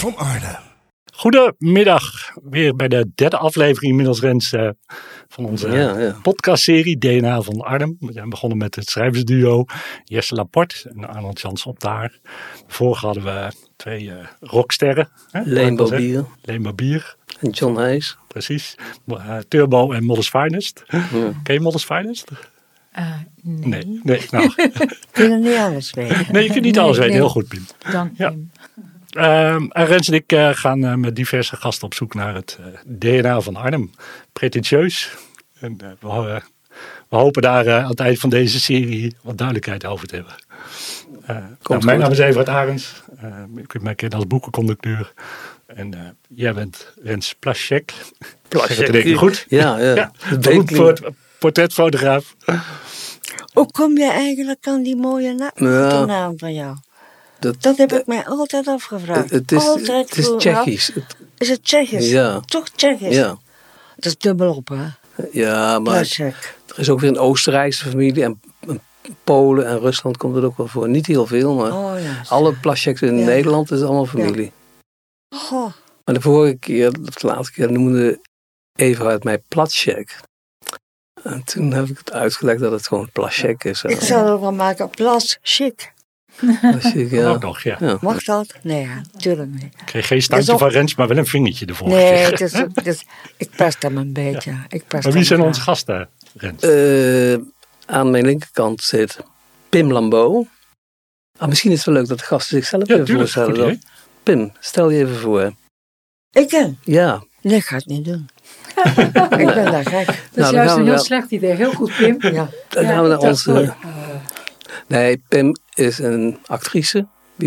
van Arnhem. Goedemiddag, weer bij de derde aflevering inmiddels, Rens, van onze podcastserie DNA van Arnhem. We zijn begonnen met het schrijversduo Jesse Laporte en Arnold Jans op de Haar. Vorige hadden we twee rocksterren. Leen Barbier. En John Hayes. Precies. Turbo en Modest Finest. Ja. Ken je Modest Finest? Nee. Nou. Kun je niet alles weten? Nee, je kunt niet alles weten. Heel goed, Pim. Dank je. En Rens en ik gaan met diverse gasten op zoek naar het DNA van Arnhem. Pretentieus. En we hopen daar aan het eind van deze serie wat duidelijkheid over te hebben. Mijn naam is Evert Arends. Je kunt mij kennen als boekenconducteur. En jij bent Rens Plaschek. Plaschek, denk ik goed. Ja. Beroemd portretfotograaf. Hoe kom je eigenlijk aan die mooie naam van jou? Dat heb ik mij altijd afgevraagd. Het is Tsjechisch. Is het Tsjechisch? Ja. Toch Tsjechisch? Ja. Dat is dubbelop, hè? Ja, maar Plaschek. Er is ook weer een Oostenrijkse familie en Polen en Rusland komt er ook wel voor. Niet heel veel, maar alle Plascheks in Nederland is allemaal familie. Ja. Goh. Maar de vorige keer, of de laatste keer, noemde Everhard mij Platschek. En toen heb ik het uitgelegd dat het gewoon Plaschek is. Ik zou er wel maken, Plaschek. Plaschek, ja. Ook nog, ja. Mag dat? Nee, natuurlijk niet. Ik kreeg geen standje van Rens, maar wel een vingertje ervoor. Nee, ik pest hem een beetje. Ja. Maar wie zijn onze gasten, Rens? Aan mijn linkerkant zit Pim Lambeau. Misschien is het wel leuk dat de gasten zichzelf even voorstellen. Pim, stel je even voor. Ik ken? Ja. Nee, ik ga het niet doen. Ik ben daar gek. Dat is juist een heel slecht idee. Heel goed, Pim. Dan gaan we naar onze... Nee, Pim is een actrice.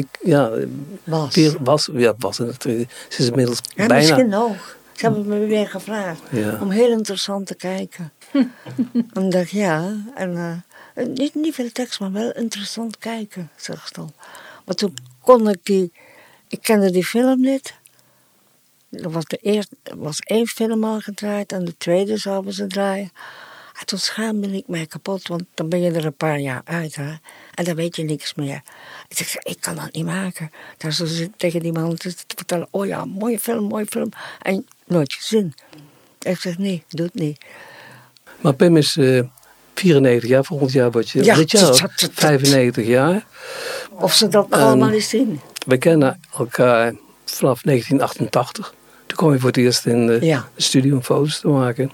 Was een actrice. Ze is inmiddels bijna... Misschien nog. Ze hebben me weer gevraagd om heel interessant te kijken. Omdat niet veel tekst, maar wel interessant kijken, zeg ze al. Maar toen kon ik ik kende die film niet. Er was één film al gedraaid en de tweede zouden ze draaien. En toen schaamde ik mij kapot, want dan ben je er een paar jaar uit, hè. En dan weet je niks meer. Ik kan dat niet maken. Daar zo tegen die man te vertellen, oh ja, mooie film. En nooit gezien. Ik zeg, nee, doe het niet. Maar Pim is 94 jaar, volgend jaar word je dit jaar 95 jaar. Of ze dat allemaal eens zien. We kennen elkaar vanaf 1988. Toen kwam je voor het eerst in de studio om foto's te maken.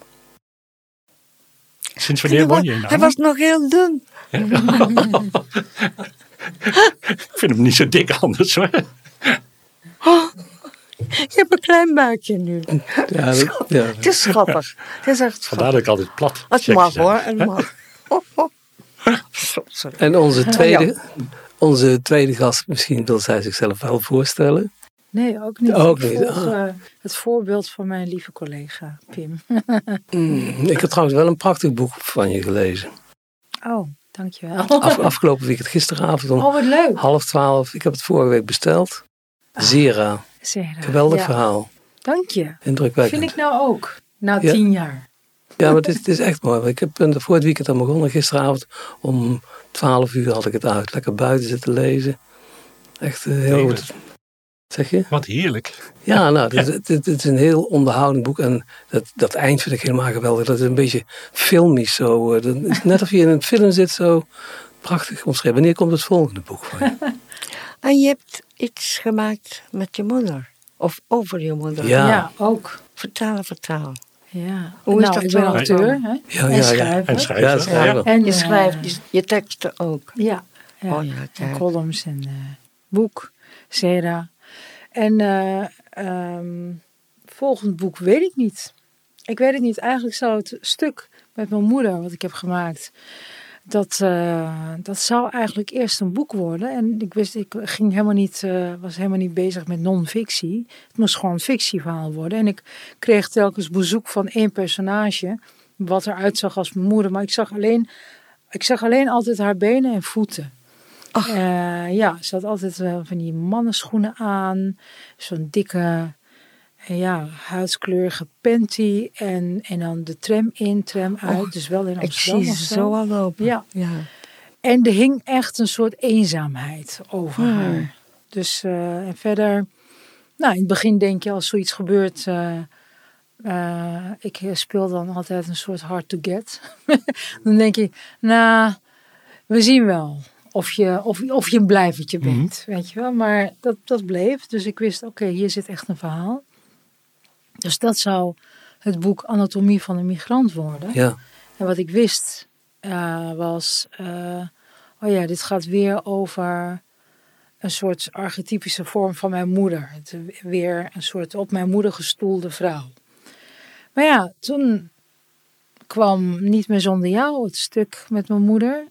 Sinds wanneer woon je in? Hij was nog heel dun. Ja. Ik vind hem niet zo dik anders, hoor. Je hebt een klein buikje nu. Het is schattig. Het is echt vandaar dat ik altijd plat. Het mag hoor, het mag. Sorry. En onze tweede gast, misschien wil zij zichzelf wel voorstellen. Nee, ook niet. Ook ik volg het voorbeeld van mijn lieve collega, Pim. Ik heb trouwens wel een prachtig boek van je gelezen. Oh, dankjewel. Afgelopen weekend, gisteravond om wat leuk. 11:30. Ik heb het vorige week besteld. Zera. Geweldig verhaal. Dank je. Indrukwekkend. Vind ik nou ook. Na 10 jaar. Ja, maar het is echt mooi. Ik heb voor het weekend aan begonnen. Gisteravond om 12:00 had ik het uit. Lekker buiten zitten lezen. Echt heel goed. Zeg je? Wat heerlijk. Ja, nou, het is een heel onderhoudend boek. En dat eind vind ik helemaal geweldig. Dat is een beetje filmisch zo. Net of je in een film zit zo. Prachtig omschreven. Wanneer komt het volgende boek van je? En je hebt iets gemaakt met je moeder. Of over je moeder. Ja, ook. Vertalen. Ja. Hoe is dat? Ik ben auteur. Hè? En schrijver. En schrijver. En je schrijft je teksten ook. Ja. Oh, en columns en boek. Zera. En volgend boek weet ik niet. Ik weet het niet. Eigenlijk zou het stuk met mijn moeder, wat ik heb gemaakt, dat zou eigenlijk eerst een boek worden. En ik was helemaal niet bezig met non-fictie. Het moest gewoon een fictieverhaal worden. En ik kreeg telkens bezoek van één personage, wat eruit zag als mijn moeder. Maar ik zag alleen altijd haar benen en voeten. Ze had altijd van die mannenschoenen aan. Zo'n dikke, huidskleurige panty. En dan de tram in, tram uit. Dus wel in Amsterdam. Ik zie ze zo al lopen. Ja. En er hing echt een soort eenzaamheid over haar. Dus en verder, Nou, in het begin denk je als zoiets gebeurt... ik speel dan altijd een soort hard to get. Dan denk je, nou, we zien wel of je een blijvertje bent. Weet je wel, maar dat bleef. Dus ik wist, oké, hier zit echt een verhaal. Dus dat zou het boek Anatomie van een migrant worden. Ja. En wat ik wist was... dit gaat weer over een soort archetypische vorm van mijn moeder. Weer een soort op mijn moeder gestoelde vrouw. Maar ja, toen kwam Niet meer zonder jou, het stuk met mijn moeder.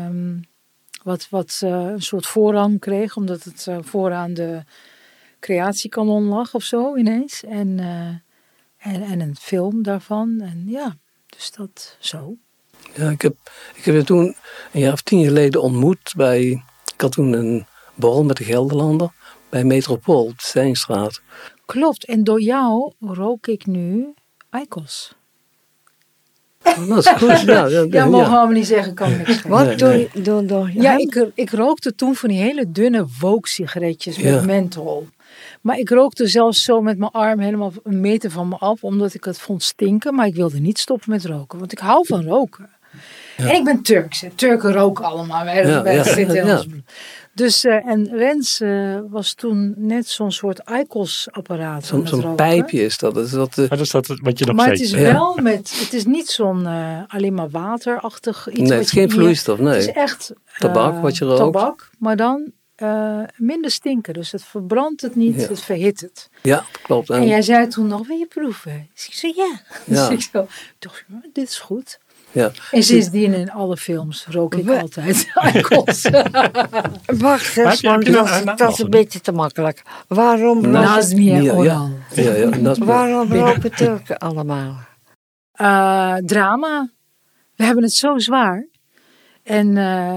Wat een soort voorrang kreeg, omdat het vooraan de creatiekanon lag of zo ineens. En een film daarvan. En ja, dus dat zo. Ja, ik heb je toen een jaar of 10 geleden ontmoet ik had toen een borrel met de Gelderlander bij Metropool op de Steenstraat. Klopt, en door jou rook ik nu Eikos. Dat is goed. Ja, mogen we niet zeggen, kan niks. Wat door Ja, ik rookte toen van die hele dunne woke-sigaretjes met menthol. Maar ik rookte zelfs zo met mijn arm helemaal 1 meter van me af, omdat ik het vond stinken. Maar ik wilde niet stoppen met roken, want ik hou van roken. Ja. En ik ben Turks. Turken roken allemaal. Dus, en Rens was toen net zo'n soort Eikos-apparaat. Zo'n pijpje is dat. Is dat wat je nog maar zei? Het is wel het is niet zo'n alleen maar waterachtig iets. Nee, het is geen vloeistof. Nee. Het is echt tabak wat je rookt. Tabak, maar dan minder stinken. Dus het verbrandt het niet, het verhit het. Ja, klopt. En jij zei toen nog, wil je proeven? Dus ik zei ja. Dus ik dacht, dit is goed. Ja. En sindsdien in alle films rook ik altijd Eikos. Wacht eens, dat is een beetje te makkelijk. Waarom Waarom roken Turken allemaal? Drama. We hebben het zo zwaar. En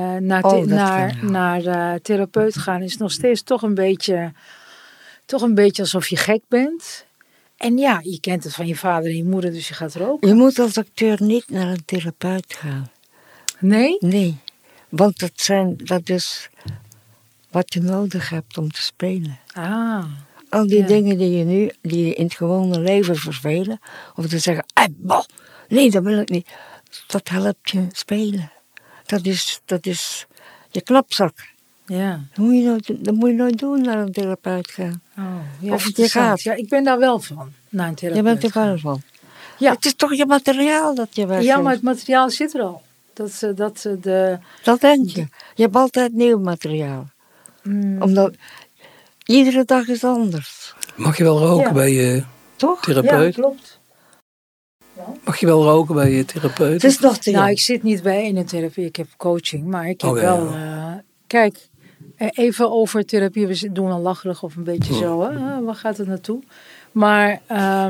naar therapeut gaan is nog steeds toch een beetje alsof je gek bent. En ja, je kent het van je vader en je moeder, dus je gaat roken. Je moet als acteur niet naar een therapeut gaan. Nee? Nee, want dat is wat je nodig hebt om te spelen. Ah. Al die dingen die je in het gewone leven vervelen. Of te zeggen, nee, dat wil ik niet. Dat helpt je spelen. Dat is je knapzak. Ja. Dat moet je nooit doen naar een therapeut gaan. Oh, ja, of je gaat. Ja, ik ben daar wel van, naar een therapeut. Je bent er wel van. Ja. Het is toch je materiaal dat je weggeeft. Ja, maar het materiaal zit er al. Dat denk je. Je hebt altijd nieuw materiaal. Omdat iedere dag is anders. Mag je wel roken bij je therapeut? Ja, klopt. Mag je wel roken bij je therapeut? Het is nog te jong. Nou, ik zit niet bij een therapie. Ik heb coaching, maar ik heb wel... kijk, even over therapie. We doen al lacherig of een beetje zo. Hè? Waar gaat het naartoe? Maar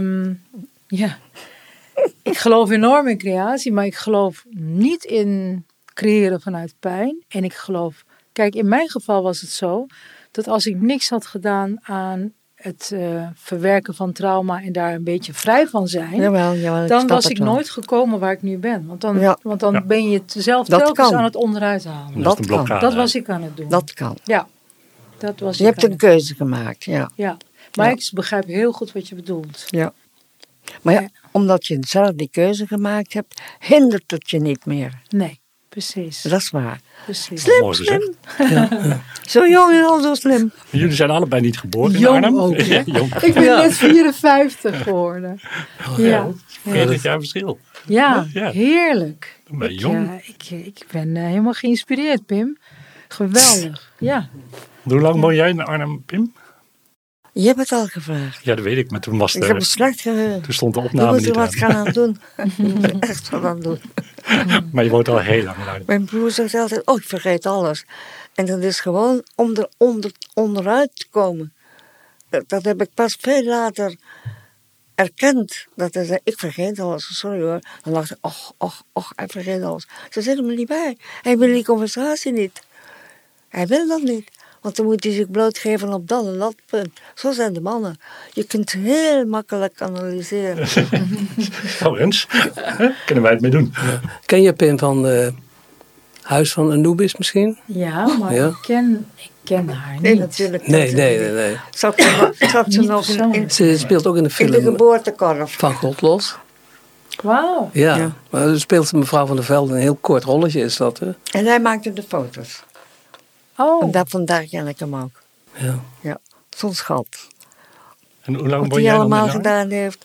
ik geloof enorm in creatie. Maar ik geloof niet in creëren vanuit pijn. En ik geloof... Kijk, in mijn geval was het zo... dat als ik niks had gedaan aan... het verwerken van trauma en daar een beetje vrij van zijn, dan was ik nooit gekomen waar ik nu ben. Want dan ben je het zelf telkens aan het onderuit halen. Dat was ik aan het doen. Dat kan. Ja, dat was je hebt een keuze gemaakt, ja. Maar ik begrijp heel goed wat je bedoelt. Ja. Maar omdat je zelf die keuze gemaakt hebt, hindert het je niet meer. Nee, precies. Dat is waar. Precies. Slim. Ja. Zo jong en al zo slim. Jullie zijn allebei niet geboren in jong Arnhem. Ook, jong. Ik ben net 54 geworden. 40 jaar verschil. Ja, heerlijk. Dan ben je jong. Ik ben helemaal geïnspireerd, Pim. Geweldig, ja. Hoe lang woon jij in Arnhem, Pim? Je hebt het al gevraagd. Ja, dat weet ik, maar toen was ik heb het slecht geheugen. Toen stond de opname niet aan. Je moet er wat gaan aan doen. Je moet er echt wat aan doen. Maar je woont al heel lang in Arnhem. Mijn broer zegt altijd, ik vergeet alles. En dat is gewoon om er onderuit te komen. Dat heb ik pas veel later erkend. Dat hij zei, ik vergeet alles. Sorry hoor. Dan dacht ik, hij vergeet alles. Ze zit er niet bij. Hij wil die conversatie niet. Hij wil dat niet. Want dan moet hij zich blootgeven op dat en dat punt. Zo zijn de mannen. Je kunt heel makkelijk analyseren. Rens, kunnen wij het mee doen? Ja. Ken je Pim van Huis van Anubis misschien? Ja, maar ik kende haar niet. Nee, natuurlijk niet. Nee. Zat ze nog in Ze speelt ook in de film de geboortekorf. van God los. Wauw. Ja, maar dan speelt mevrouw van der Velde een heel kort rolletje is dat. Hè? En hij maakte de foto's. Oh, En vandaar ken ik hem ook. Ja. Zo'n schat. En hoe lang Wat woon hij jij nog allemaal met haar? gedaan heeft.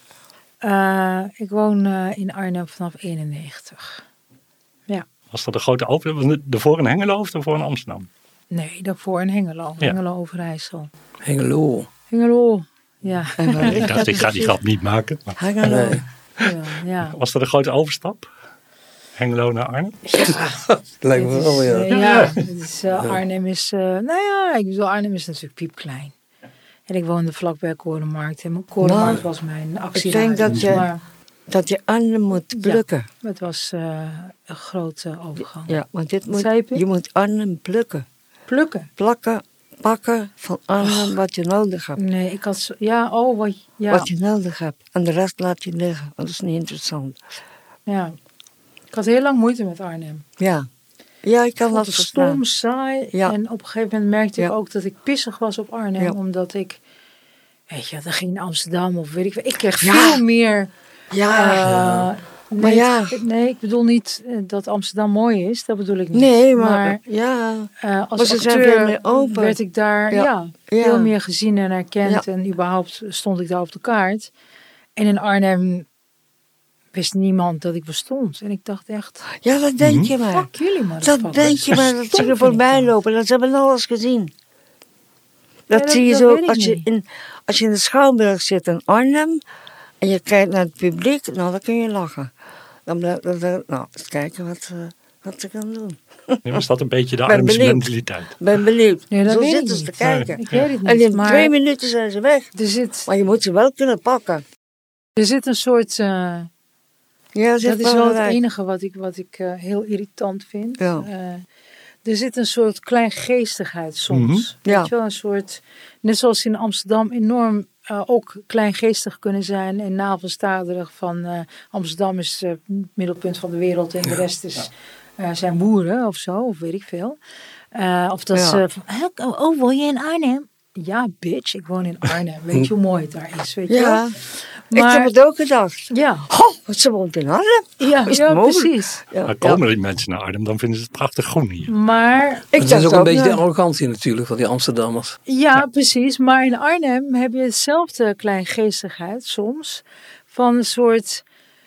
ik woon in Arnhem vanaf 91. Ja. Was dat een grote opening? Was het ervoor in Hengelo of ervoor in Amsterdam? Nee, daarvoor in Hengelo. Ja. Hengelo Overijssel. Hengelo. Hengelo. Ja. En waar Ik ligt dacht, dat ik ga die precies? grap niet maken. Maar Hengelo. Ja. was dat een grote overstap? Hengelo naar Arnhem? Lijkt me wel, ja. Het is, Arnhem is, Arnhem is natuurlijk piepklein. En ik woonde vlakbij Korenmarkt. En Korenmarkt was mijn actie. Ik denk dat je- Maar Dat je armen moet plukken. het was een grote overgang. Ja, want Wat zei je, Pip? je moet armen plukken. Plukken? Pakken van armen wat je nodig hebt. Nee, ik had... Wat je nodig hebt. En de rest laat je liggen. Want dat is niet interessant. Ja. Ik had heel lang moeite met Arnhem. Ja. Ja, ik kan Ik dat vond het verstaan. stom, saai. Ja. En op een gegeven moment merkte ik Ja. ook dat ik pissig was op Arnhem. Ja. Omdat ik... Weet je, dan ging naar Amsterdam of weet ik veel. Ik kreeg Ja. veel meer... Ja. Nee, Maar ja. Nee, ik bedoel niet dat Amsterdam mooi is. Dat bedoel ik niet. Nee, maar ja. Maar als ze zijn veel acteur meer open. werd ik daar Ja. veel meer gezien en herkend. Ja. En überhaupt stond ik daar op de kaart. En in Arnhem wist niemand dat ik bestond. En ik dacht echt, Ja, dat denk je maar. fuck jullie maar. Dat denk je maar, dat ze er voorbij lopen. Dat ze hebben alles gezien. Dat dat- zie je dat zo weet ik als je in de Schouwburg zit in Arnhem en je kijkt naar het publiek, nou dan kun je lachen. Dan eens kijken wat ze gaan doen. Nee, was dat een beetje de Ben Arnhemse benieuwd. mentaliteit? Ben benieuwd. Nee, dat Zo weet ik zitten ze te niet. kijken. Ik weet het niet. En in maar 2 minuten zijn ze weg. er Maar je moet ze wel kunnen pakken. zit een soort... Ja, dat zit is wel het belangrijk. enige wat ik heel irritant vind. Ja. Er zit een soort kleingeestigheid soms. Ja. Weet je wel, een soort, net zoals in Amsterdam enorm ook kleingeestig kunnen zijn en navelstaderig van Amsterdam is het middelpunt van de wereld en de rest is, zijn boeren of zo, of weet ik veel. Of dat ze van, oh, woon je in Arnhem? Ja, bitch, ik woon in Arnhem. Weet je hoe mooi het daar is, weet je wel? Ja, Maar, ik heb het ook gedacht. Ja, Goh, wat ze woont in Arnhem. ja, Is ja het mogelijk? precies. Ja, Maar komen die mensen naar Arnhem, dan vinden ze het prachtig groen hier. Maar Ik Het dacht is ook een beetje de nou, arrogantie natuurlijk van die Amsterdammers. ja, precies. Maar in Arnhem heb je hetzelfde kleingeestigheid soms. Van een soort...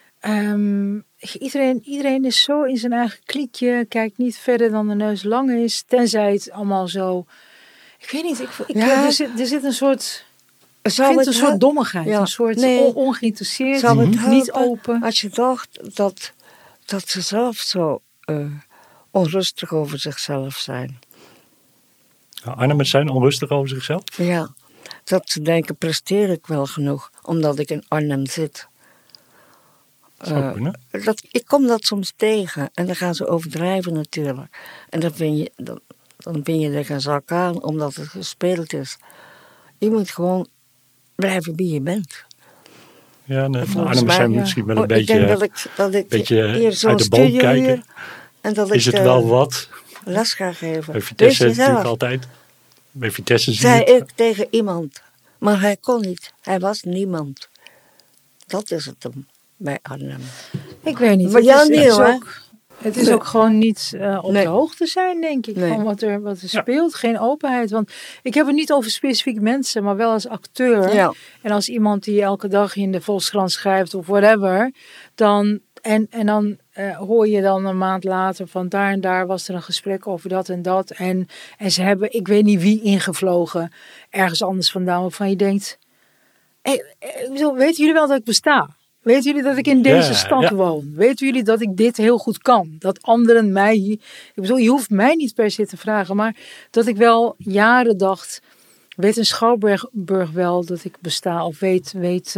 iedereen is zo in zijn eigen kliekje. Kijkt niet verder dan de neus lang is. Tenzij het allemaal zo... Ik weet niet. Ja. Er zit een soort... Ik zou vind het een soort helpen? dommigheid. Ja. Een soort Nee. ongeïnteresseerd. Zou het Niet helpen open. als je dacht dat ze zelf zo onrustig over zichzelf zijn. Ja, Arnhemmers zijn onrustig over zichzelf. Ja, dat ze denken, presteer ik wel genoeg, omdat ik in Arnhem zit. Zou kunnen. Ik kom dat soms tegen en dan gaan ze overdrijven natuurlijk. En dan ben je er geen zak aan, omdat het gespeeld is. Je moet gewoon blijven wie je bent. Ja, de Volgens Arnhemmers mij, zijn ja. misschien wel een Ik denk beetje, dat ik beetje hier zo'n uit de boom studio kijken. huur en dat Is ik het wel wat? les ga geven. Bij Vitesse Wees natuurlijk jezelf, altijd. Bij Vitesse zie zei je het. ik tegen iemand. Maar hij kon niet. Hij was niemand. Dat is het hem bij Arnhem. Ik weet niet. Maar Het jou is- niet, het is hoor. ook- Het is ook gewoon niet op Nee. de hoogte zijn, denk ik, Nee. van wat er speelt. Geen openheid. Want ik heb het niet over specifiek mensen, maar wel als acteur. Ja. En als iemand die elke dag in de Volkskrant schrijft of whatever. Dan hoor je dan een maand later van daar en daar was er een gesprek over dat en dat. En ze hebben, ik weet niet wie, ingevlogen. Ergens anders vandaan waarvan je denkt... ik bedoel, weten jullie wel dat ik besta? Weten jullie dat ik in deze stad woon? Weten jullie dat ik dit heel goed kan? Dat anderen mij... Ik bedoel, je hoeft mij niet per se te vragen. Maar dat ik wel jaren dacht... Weet een Schouwburg wel dat ik besta? Of weet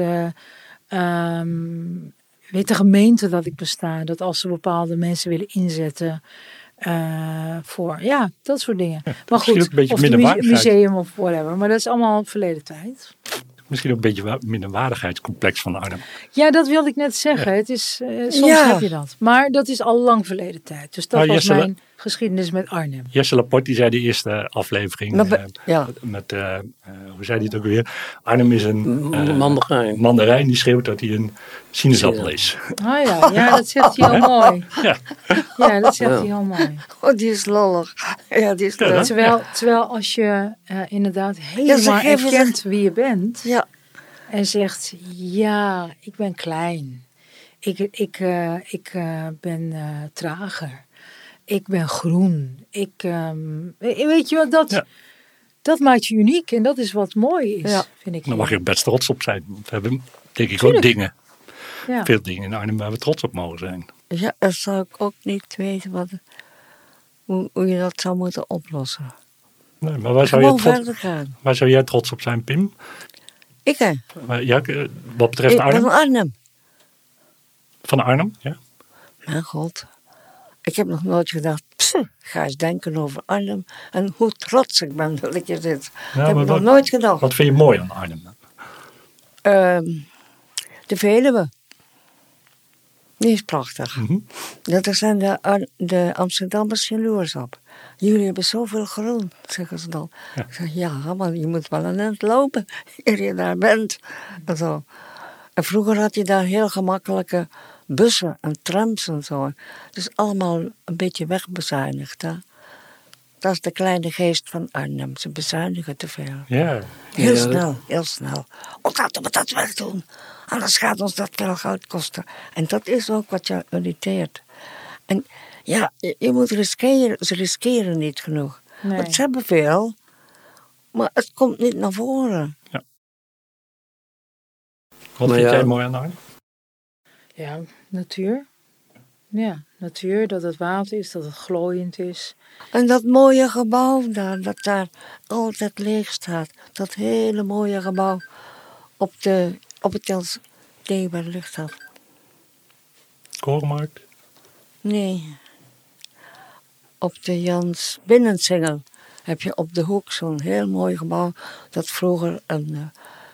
de gemeente dat ik besta? Dat als ze bepaalde mensen willen inzetten... voor, ja, dat soort dingen. Maar misschien ook goed, een beetje of een minderwaardigheid. museum of whatever. Maar dat is allemaal verleden tijd. Misschien ook een beetje minderwaardigheidscomplex van Arnhem. Ja, dat wilde ik net zeggen. Het is, soms Ja. heb je dat. Maar dat is al lang verleden tijd. Dus dat Nou, was Jesse, mijn geschiedenis met Arnhem. Jesse Laporte die zei de eerste aflevering met hoe zei hij het ook weer? Arnhem is een mandarijn die schreeuwt dat hij een sinaasappel is. Oh ja, dat zegt hij heel mooi. Ja, dat zegt hij heel mooi. Oh, die is lollig. Ja, die is leuk. Terwijl als je inderdaad helemaal erkent wie je bent en zegt, ja, ik ben klein. Ik ben trager. Ik ben groen. Weet je wat, dat maakt je uniek. En dat is wat mooi is, vind ik. Daar mag je ook best trots op zijn. Want we hebben, denk ik, ook dingen. Ja. Veel dingen in Arnhem waar we trots op mogen zijn. Ja, dat zou ik ook niet weten hoe je dat zou moeten oplossen. Nee, maar waar zou jij trots op zijn, Pim? Ik hè? Wat betreft Arnhem? Van Arnhem. Van Arnhem, ja. Mijn god. Ik heb nog nooit gedacht, ga eens denken over Arnhem en hoe trots ik ben dat ik hier zit. Dat heb ik nog nooit gedacht. Wat vind je mooi aan Arnhem? De Veluwe. Die is prachtig. Mm-hmm. Dat zijn de Amsterdammers jaloers op. Jullie hebben zoveel groen, zeggen ze dan. Ja. Ik zeg, ja, maar je moet wel een eind lopen eer je daar bent. En zo. En vroeger had je daar heel gemakkelijke bussen en trams en zo. Dus allemaal een beetje wegbezuinigd. Hè? Dat is de kleine geest van Arnhem. Ze bezuinigen te veel. Ja. Heel snel. Oh, laten we dat weg doen. Anders gaat ons dat veel geld kosten. En dat is ook wat je irriteert. En ja, je moet riskeren. Ze riskeren niet genoeg. Nee. Want ze hebben veel, maar het komt niet naar voren. Ja. Wat vind jij mooi aan Arnhem? Ja, natuur. Ja, natuur, dat het water is, dat het glooiend is. En dat mooie gebouw daar, dat daar altijd leeg staat. Dat hele mooie gebouw op het Jans waar de lucht had. Korenmarkt? Nee. Op de Jans Binnensingel heb je op de hoek zo'n heel mooi gebouw dat vroeger een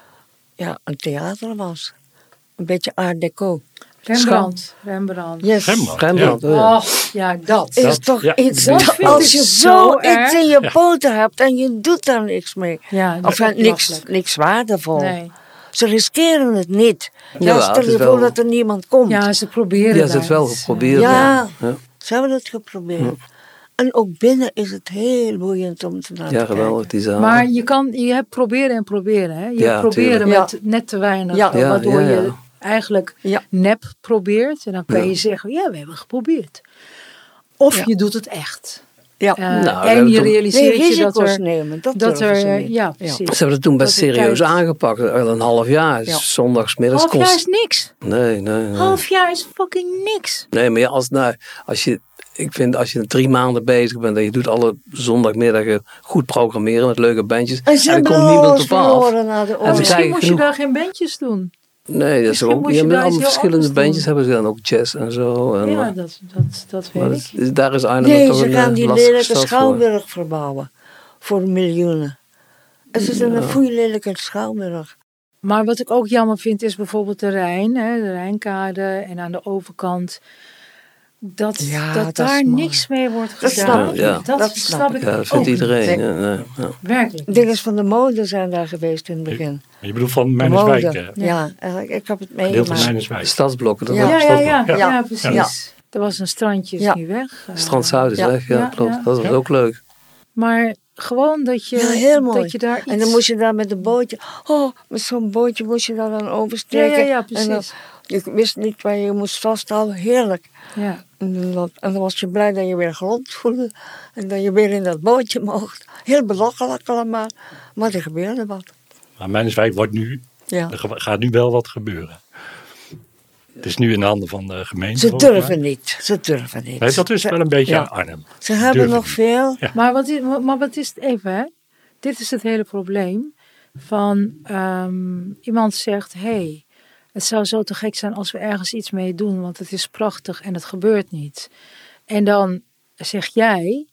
theater was. Een beetje art deco. Rembrandt. Yes. Rembrandt. Oh, ja, dat is toch iets. Dat als je zoiets in je poten hebt en je doet daar niks mee. Ja, of niks waardevol. Nee. Ze riskeren het niet. Stel je voor dat er niemand komt. Ja, ze proberen het. Ja, ze hebben het wel geprobeerd. Ja, ze hebben het geprobeerd. Ja. En ook binnen is het heel boeiend om te laten kijken. Geweldig, die zaal. Maar je hebt proberen en proberen. Hè? Je hebt proberen met net te weinig. Waardoor je eigenlijk nep probeert. En dan kan je zeggen, ja, we hebben geprobeerd. Of je doet het echt. Ja. En je realiseert je dat er... nemen. Precies. Ze hebben het toen best serieus aangepakt. Al een half jaar. Zondagsmiddags half jaar is niks. Nee. Half jaar is fucking niks. Nee, maar ik vind als je 3 maanden bezig bent en je doet alle zondagmiddagen goed programmeren met leuke bandjes. En er komt niemand op af. Misschien moet je daar geen bandjes doen. Nee, dat is ook. Je hebt allemaal verschillende bandjes hebben ze dan ook jazz en zo. En ja, dat weet ik. Daar is Arnhem toch ze gaan die lelijke Schouwburg verbouwen. Voor miljoenen. Het is een goede lelijke Schouwburg. Maar wat ik ook jammer vind is bijvoorbeeld de Rijn. Hè, de Rijnkade en aan de overkant. Dat daar niks mee wordt gedaan. Dat snap ik dat vindt iedereen. Werkelijk. Dingen van de mode zijn daar geweest in het begin. Je bedoelt van Meinerswijk? Ja, ik heb het meegemaakt. Stadsblokken. Ja, precies. Ja. Er was een strandje, is nu weg. Strand Zuid is weg, klopt. Dat was ook leuk. Maar gewoon dat je, heel mooi. Dat je daar iets... En dan moest je daar met een bootje... met zo'n bootje moest je daar dan oversteken. Ja, precies. En je wist niet waar je moest vasthouden. Heerlijk. Ja. En dan was je blij dat je weer grond voelde. En dat je weer in dat bootje mocht. Heel belachelijk allemaal. Maar er gebeurde wat. Maar Meinerswijk wordt nu... Er gaat nu wel wat gebeuren. Het is nu in de handen van de gemeente. Ze durven niet. Nee, dat is wel een beetje Arnhem. Ze hebben nog veel. Ja. Maar wat is het even, hè? Dit is het hele probleem. Van iemand zegt, hey, het zou zo te gek zijn als we ergens iets mee doen, want het is prachtig en het gebeurt niet. En dan zeg jij,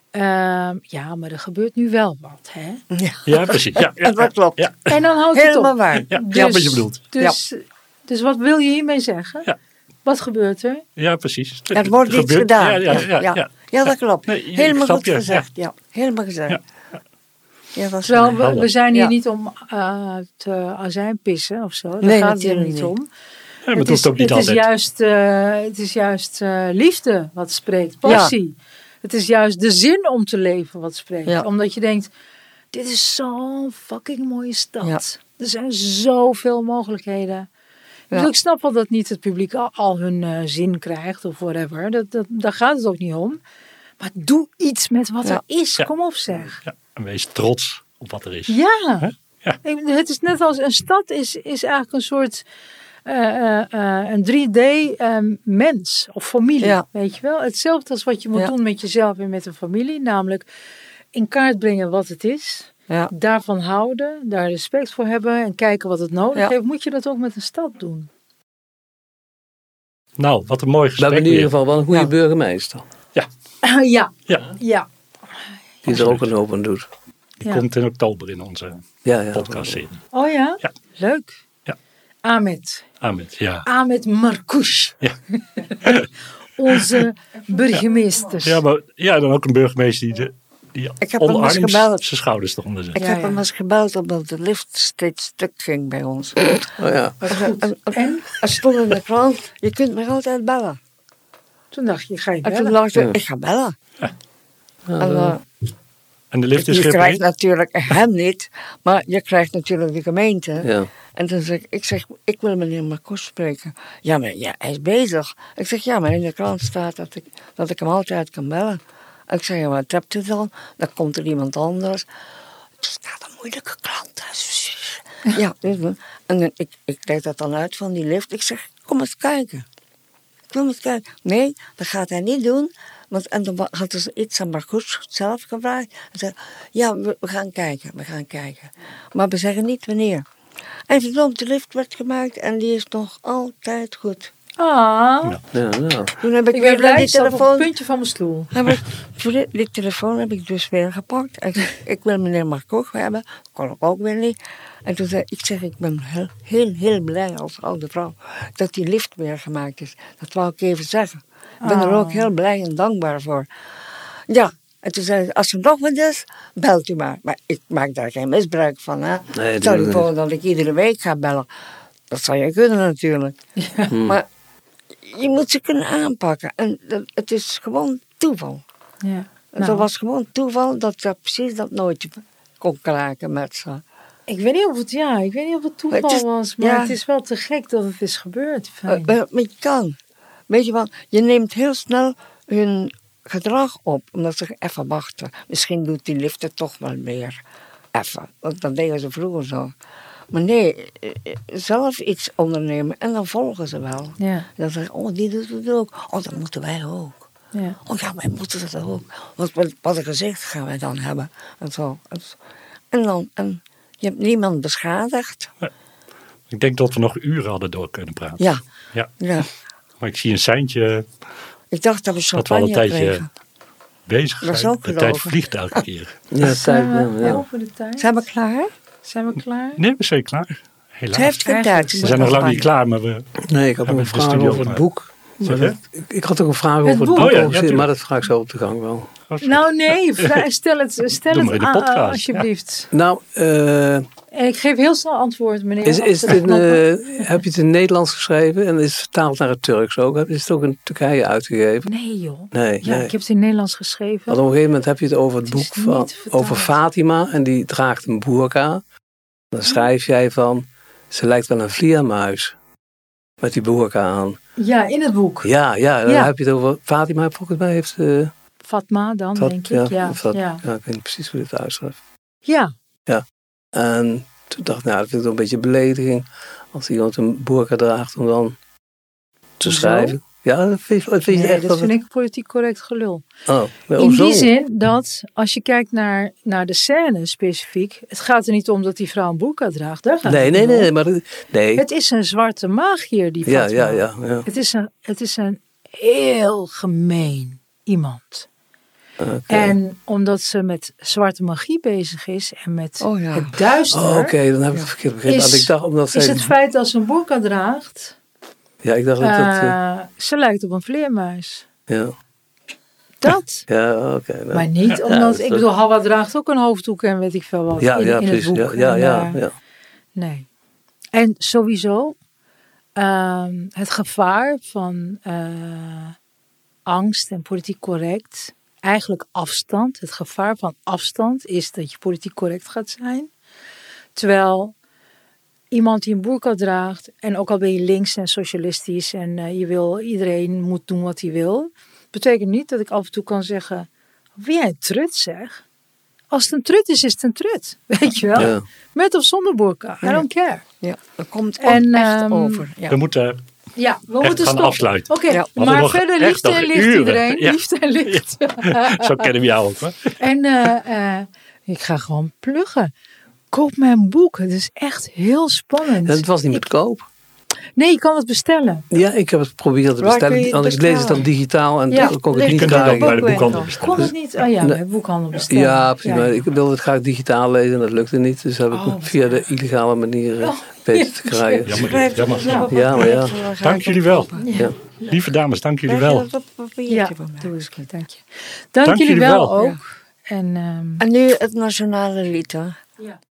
maar er gebeurt nu wel wat, hè? Ja, precies. Ja, dat klopt. Ja. En dan houdt het op. Helemaal waar. Ja, wat je bedoelt. Dus wat wil je hiermee zeggen? Ja. Wat gebeurt er? Ja, precies. Er wordt iets gedaan. Ja, dat klopt. Nee, helemaal goed gezegd. Ja. Helemaal gezegd. Ja. Ja, dat is Terwijl we zijn hier niet om te azijn pissen of zo. Daar gaat het er niet om. Ja, maar het is juist liefde wat spreekt. Passie. Ja. Het is juist de zin om te leven wat spreekt. Ja. Omdat je denkt, dit is zo'n fucking mooie stad. Ja. Er zijn zoveel mogelijkheden. Ja. Dus ik snap wel dat niet het publiek al hun zin krijgt of whatever. Daar gaat het ook niet om. Maar doe iets met wat er is. Kom op zeg. Ja. En wees trots op wat er is. Ja. Huh? Ja. Het is net als een stad is eigenlijk een soort een 3D mens of familie. Ja. Weet je wel? Hetzelfde als wat je moet doen met jezelf en met een familie. Namelijk in kaart brengen wat het is. Ja. Daarvan houden. Daar respect voor hebben. En kijken wat het nodig heeft. Moet je dat ook met een stad doen. Nou, wat een mooi gesprek. We hebben in ieder geval wel een goede burgemeester. Ja. Ja. Die er ook een hoop aan doet. Die komt in oktober in onze podcastserie. Oh ja? Ja. Leuk. Ja. Ahmed, Ahmed Marcouch. Ja. Onze burgemeester. Ja, maar dan ook een burgemeester die omarmd zijn schouders eronder zet. Ik heb hem eens gebeld omdat de lift steeds stuk ging bij ons. Oh ja. En er stond in de krant, je kunt me altijd bellen. Toen dacht je, ga je bellen? En toen dacht ik, ik ga bellen. Ja. En de lift is je krijgt natuurlijk hem niet, maar je krijgt natuurlijk de gemeente. Ja. En toen zeg ik wil meneer Marcouch spreken. Ja, maar hij is bezig. Ik zeg, ja, maar in de krant staat dat ik hem altijd kan bellen. Ik zeg, ja, wat hebt u dan? Dan komt er iemand anders. Het staat een moeilijke klant. Ja, en ik leg dat dan uit van die lift. Ik zeg, kom eens kijken. Nee, dat gaat hij niet doen. En dan hadden ze iets aan Marcouch zelf gevraagd. En zei, ja, we gaan kijken. Maar we zeggen niet wanneer. En verdomd, de lift werd gemaakt en die is nog altijd goed. Ah. Ja. Toen heb ik weer die telefoon op het puntje van mijn stoel. Voor die telefoon heb ik dus weer gepakt. Ik wil meneer Marcouch hebben. Dat kon ik ook weer niet. En toen zei ik ben heel blij als oude vrouw dat die lift weer gemaakt is. Dat wou ik even zeggen. Ik ben er ook heel blij en dankbaar voor. Ja, en toen zei hij, als er nog wat is, belt u maar. Maar ik maak daar geen misbruik van. Hè? Nee, stel je voor dat ik iedere week ga bellen. Dat zou je kunnen natuurlijk. Ja. Maar je moet ze kunnen aanpakken. En het is gewoon toeval. Ja. Het was gewoon toeval dat precies dat nooitje kon kraken met ze. Ik weet niet of het toeval was, maar het is wel te gek dat het is gebeurd. Maar je kan. Weet je wat, je neemt heel snel hun gedrag op, omdat ze even wachten. Misschien doet die lift het toch wel meer. Even, want dat deden ze vroeger zo. Maar nee, zelf iets ondernemen en dan volgen ze wel. Ja. Dan zeggen ze, die doet het ook. Dat moeten wij ook. Ja. Wij moeten dat ook. Want wat een gezicht gaan wij dan hebben. En zo. En je hebt niemand beschadigd. Ja. Ik denk dat we nog uren hadden door kunnen praten. Ja. Maar ik zie een seintje. Ik dacht dat we champagne al een tijdje bezig zijn. De tijd vliegt elke keer. Over de tijd. Zijn we klaar? Nee, we zijn klaar. Helaas. Ze heeft geen tijd. We zijn nog lang niet klaar, maar we... Nee, ik had nog een vraag over het boek. Ik had ook een vraag over het boek, maar dat vraag ik zo op de gang wel. Nou nee, stel het aan, alsjeblieft. Nou, en ik geef heel snel antwoord, meneer. Heb je het in het Nederlands geschreven en is het vertaald naar het Turks ook? Is het ook in Turkije uitgegeven? Nee joh. Nee. Ik heb het in het Nederlands geschreven. Want op een gegeven moment heb je het over het boek over Fatima en die draagt een burka. Dan schrijf jij van, ze lijkt wel een vleermuis met die burka aan. Ja, in het boek. Ja, dan heb je het over Fatima, volgens mij heeft... Fatma dan, denk ik. Ja, ik weet niet precies hoe je het uitschrijft. Ja. En toen dacht ik, dat vind ik toch een beetje belediging als iemand een burka draagt om dan te schrijven. Ja, dat vind je echt... Dat vind ik politiek correct gelul. In die zin dat, als je kijkt naar de scène specifiek, het gaat er niet om dat die vrouw een burka draagt. Daar gaat nee. Het is een zwarte magier, die Fatma. Ja. Het is een heel gemeen iemand. Okay. En omdat ze met zwarte magie bezig is en met het duister. Oké, dan heb ik het verkeerd begrepen. Ik dacht, omdat is het feit dat ze een burka draagt Ja, ik dacht dat... Ze lijkt op een vleermuis. Ja. Dat. Ja, oké. Nou. Maar niet omdat... ik bedoel, Hawa draagt ook een hoofddoek en weet ik veel wat. Ja, in precies. het boek. Ja. Nee. En sowieso... het gevaar van angst en politiek correct... Eigenlijk afstand. Het gevaar van afstand is dat je politiek correct gaat zijn. Terwijl iemand die een boerka draagt... en ook al ben je links en socialistisch... en iedereen moet doen wat hij wil... betekent niet dat ik af en toe kan zeggen... Wie jij een trut zeg? Als het een trut is, is het een trut. Weet je wel? Ja. Met of zonder boerka. I don't care. Ja, dat komt echt over. Ja. We moeten... Ja, we moeten gaan afsluiten. Oké, maar verder liefde en licht iedereen. Ja. Liefde en licht. Ja. Zo kennen we jou ook. Hè? En ik ga gewoon pluggen. Koop mijn boek. Het is echt heel spannend. Ja, het was niet met koop. Nee, je kan het bestellen. Ja, ik heb het geprobeerd te bestellen. Want ik lees het dan digitaal en dan kon ik het niet krijgen. Bij de boekhandel bestellen. Kon het niet? Oh ja, bij de boekhandel bestellen. Ja, precies. Ja. Maar ik wilde het graag digitaal lezen en dat lukte niet. Dus heb ik het via de illegale manier weten te krijgen. Jammer. Dank jullie wel. Ja. Lieve dames, dank jullie wel. Ja, doe eens goed, dank je. Dank jullie wel ook. En nu het nationale lied, hè? Ja.